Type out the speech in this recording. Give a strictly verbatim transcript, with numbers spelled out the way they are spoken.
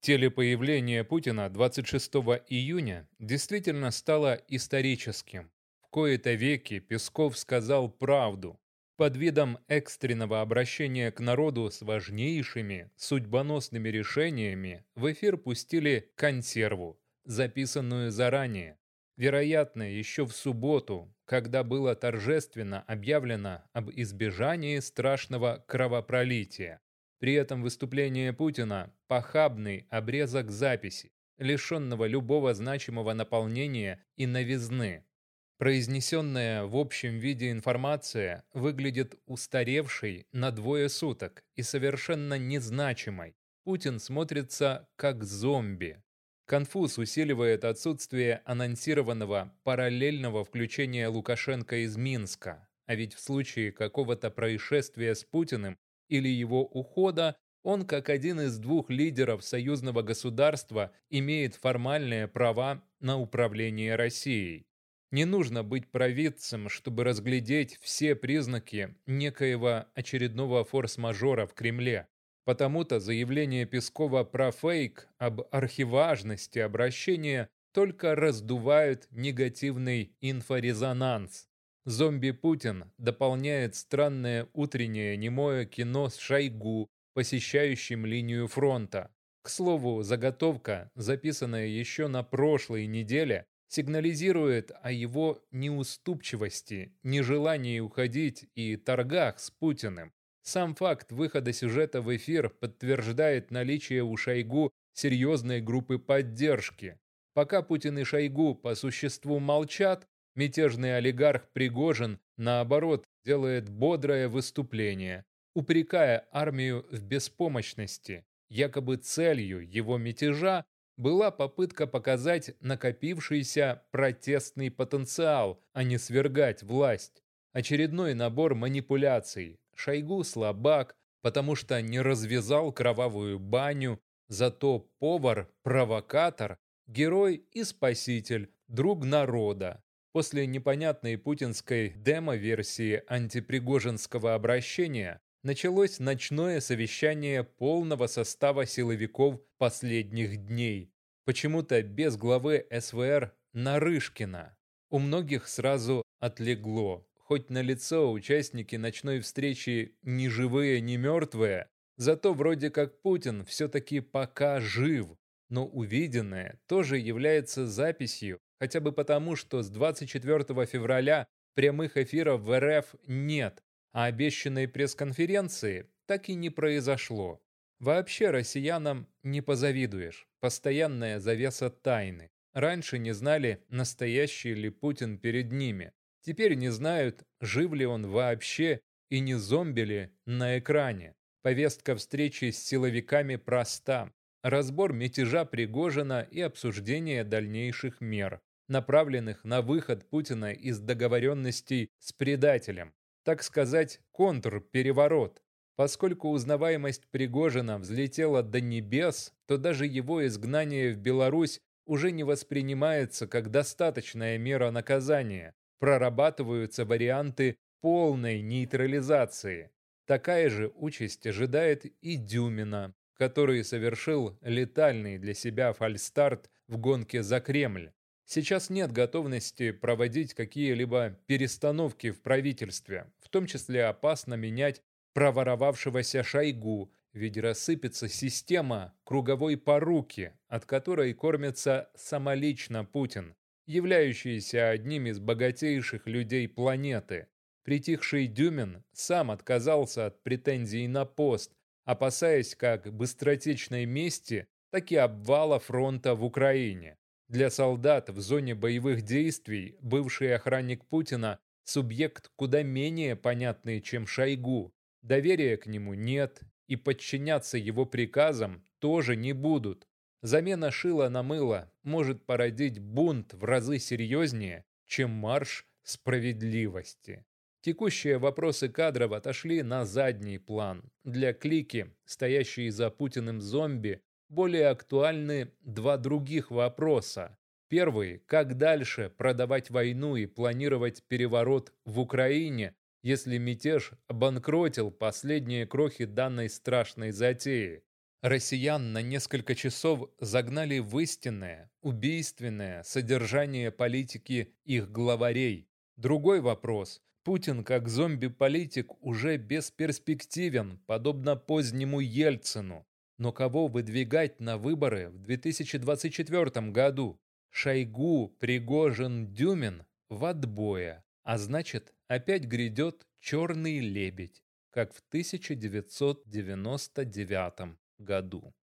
Телепоявление Путина двадцать шестого июня действительно стало историческим. В кои-то веки Песков сказал правду. Под видом экстренного обращения к народу с важнейшими, судьбоносными решениями в эфир пустили консерву, записанную заранее. Вероятно, еще в субботу, когда было торжественно объявлено об избежании страшного кровопролития. При этом выступление Путина – похабный обрезок записи, лишенного любого значимого наполнения и новизны. Произнесенная в общем виде информация выглядит устаревшей на двое суток и совершенно незначимой. Путин смотрится как зомби. Конфуз усиливает отсутствие анонсированного параллельного включения Лукашенко из Минска. А ведь в случае какого-то происшествия с Путиным или его ухода, он, как один из двух лидеров союзного государства, имеет формальные права на управление Россией. Не нужно быть провидцем, чтобы разглядеть все признаки некоего очередного форс-мажора в Кремле. Потому-то заявление Пескова про фейк об архиважности обращения только раздувают негативный инфорезонанс. Зомби-Путин дополняет странное утреннее немое кино с Шойгу, посещающим линию фронта. К слову, заготовка, записанная еще на прошлой неделе, сигнализирует о его неуступчивости, нежелании уходить и торгах с Путиным. Сам факт выхода сюжета в эфир подтверждает наличие у Шойгу серьезной группы поддержки. Пока Путин и Шойгу по существу молчат, мятежный олигарх Пригожин, наоборот, делает бодрое выступление, упрекая армию в беспомощности. Якобы целью его мятежа была попытка показать накопившийся протестный потенциал, а не свергать власть. Очередной набор манипуляций. Шойгу слабак, потому что не развязал кровавую баню, зато повар-провокатор, герой и спаситель, друг народа. После непонятной путинской демо-версии антипригожинского обращения началось ночное совещание полного состава силовиков последних дней. Почему-то без главы эс вэ эр Нарышкина. У многих сразу отлегло. Хоть на лицо участники ночной встречи ни живые, ни мертвые, зато вроде как Путин все-таки пока жив. Но увиденное тоже является записью, хотя бы потому, что с двадцать четвёртого февраля прямых эфиров в эр эф нет, а обещанной пресс-конференции так и не произошло. Вообще россиянам не позавидуешь. Постоянная завеса тайны. Раньше не знали, настоящий ли Путин перед ними. Теперь не знают, жив ли он вообще и не зомби ли на экране. Повестка встречи с силовиками проста. Разбор мятежа Пригожина и обсуждение дальнейших мер, направленных на выход Путина из договоренностей с предателем. Так сказать, контрпереворот. Поскольку узнаваемость Пригожина взлетела до небес, то даже его изгнание в Беларусь уже не воспринимается как достаточная мера наказания. Прорабатываются варианты полной нейтрализации. Такая же участь ожидает и Дюмина, который совершил летальный для себя фальстарт в гонке за Кремль. Сейчас нет готовности проводить какие-либо перестановки в правительстве, в том числе опасно менять проворовавшегося Шойгу, ведь рассыпется система круговой поруки, от которой кормится самолично Путин, являющийся одним из богатейших людей планеты. Притихший Дюмин сам отказался от претензий на пост, опасаясь как быстротечной мести, так и обвала фронта в Украине. Для солдат в зоне боевых действий бывший охранник Путина – субъект куда менее понятный, чем Шойгу. Доверия к нему нет, и подчиняться его приказам тоже не будут. Замена шила на мыло может породить бунт в разы серьезнее, чем марш справедливости. Текущие вопросы кадров отошли на задний план. Для клики, стоящей за Путиным зомби, более актуальны два других вопроса. Первый – как дальше продавать войну и планировать переворот в Украине, если мятеж обанкротил последние крохи данной страшной затеи. Россиян на несколько часов загнали в истинное, убийственное содержание политики их главарей. Другой вопрос. Путин как зомби-политик уже бесперспективен, подобно позднему Ельцину. Но кого выдвигать на выборы в две тысячи двадцать четвёртом году? Шойгу, Пригожин, Дюмин в отбое. А значит, опять грядет черный лебедь, как в тысяча девятьсот девяносто девятом году.